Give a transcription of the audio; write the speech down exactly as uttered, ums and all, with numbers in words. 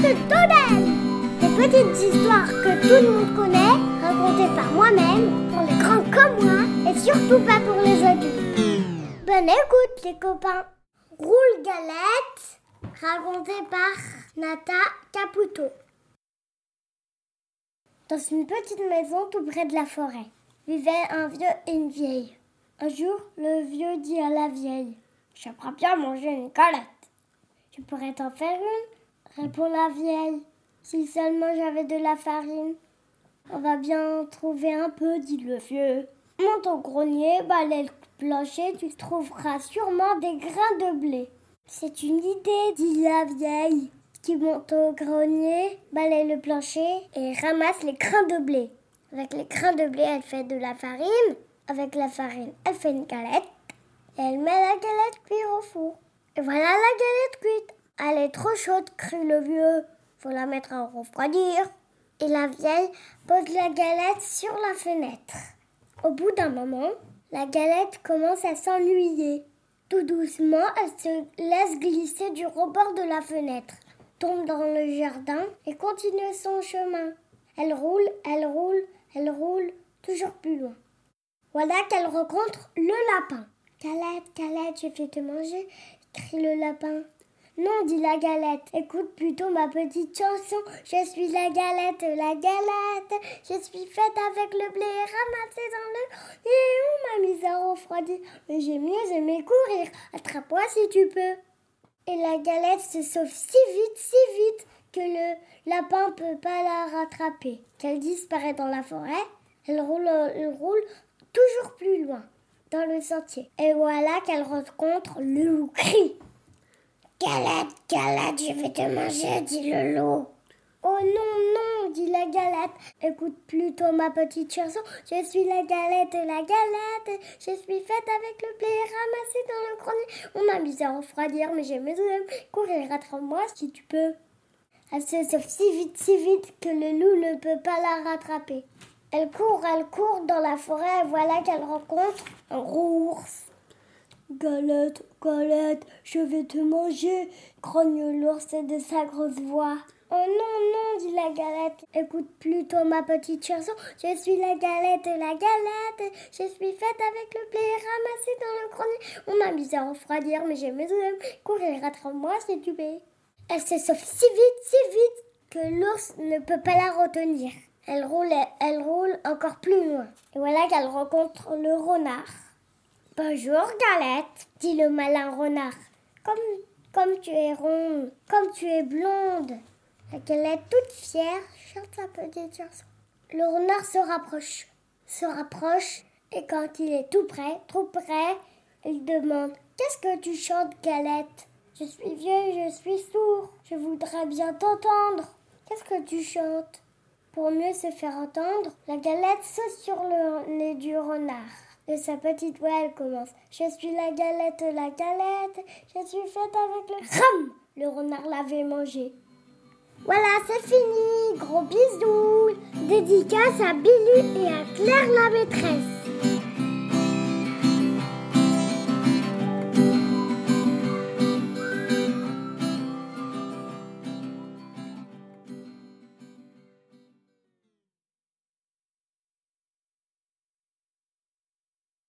de Todel. Des petites histoires que tout le monde connaît, racontées par moi-même, pour les grands comme moi, et surtout pas pour les adultes. Bonne écoute les copains. Roule Galette, raconté par Nata Caputo. Dans une petite maison tout près de la forêt, vivaient un vieux et une vieille. Un jour, le vieux dit à la vieille: « J'aimerais bien manger une galette. »« Je pourrais t'en faire une ?» répond la vieille. « Si seulement j'avais de la farine. »« On va bien trouver un peu, dit le vieux. Monte au grenier, balaie le plancher, tu trouveras sûrement des grains de blé. »« C'est une idée, dit la vieille, qui monte au grenier, balaie le plancher et ramasse les grains de blé. Avec les grains de blé, elle fait de la farine. Avec la farine, elle fait une galette. Et elle met la galette cuite au four. Et voilà la galette cuite. Elle est trop chaude, crie le vieux. Faut la mettre à refroidir. Et la vieille pose la galette sur la fenêtre. Au bout d'un moment, la galette commence à s'ennuyer. Tout doucement, elle se laisse glisser du rebord de la fenêtre, tombe dans le jardin et continue son chemin. Elle roule, elle roule, elle roule, toujours plus loin. Voilà qu'elle rencontre le lapin. « Galette, galette, je vais te manger !» crie le lapin. « Non, dit la galette, écoute plutôt ma petite chanson. Je suis la galette, la galette. Je suis faite avec le blé ramassé dans le... Et on m'a mise à refroidir. Mais j'ai mieux aimé courir. Attrape-moi si tu peux. » Et la galette se sauve si vite, si vite, que le lapin ne peut pas la rattraper. Qu'elle disparaît dans la forêt. Elle roule, elle roule toujours plus loin, dans le sentier. Et voilà qu'elle rencontre le loup. Crie. « Galette, galette, je vais te manger, dit le loup. »« Oh non, non, dit la galette. Écoute plutôt ma petite chanson. Je suis la galette, la galette. Je suis faite avec le blé ramassé dans le grenier. On m'a mis à refroidir, mais j'ai mes œufs. Courir, rattrape-moi si tu peux. » Elle se sauve si vite, si vite que le loup ne peut pas la rattraper. Elle court, elle court dans la forêt et voilà qu'elle rencontre un gros ours. « Galette, galette, je vais te manger !» grogne l'ours de sa grosse voix. « Oh non, non, dit la galette, écoute plutôt ma petite chanson. Je suis la galette, la galette, je suis faite avec le blé ramassé dans le grenier. On m'a mis à refroidir, mais j'ai mes œufs. Courir, rattrape-moi si tu peux. » Elle se sauve si vite, si vite que l'ours ne peut pas la retenir. Elle roule, elle roule encore plus loin. Et voilà qu'elle rencontre le renard. « Bonjour Galette, dit le malin renard. Comme, comme tu es ronde, comme tu es blonde. » La Galette, toute fière, chante sa petite chanson. Le renard se rapproche, se rapproche, et quand il est tout près, trop près, il demande « Qu'est-ce que tu chantes, Galette ? Je suis vieux, je suis sourd, je voudrais bien t'entendre. Qu'est-ce que tu chantes ?» Pour mieux se faire entendre, la Galette saute sur le nez du renard. De sa petite voix, elle commence. « Je suis la galette, la galette, je suis faite avec le... » Ram ! Le renard l'avait mangé. Voilà, c'est fini. Gros bisous. Dédicace à Billy et à Claire la maîtresse.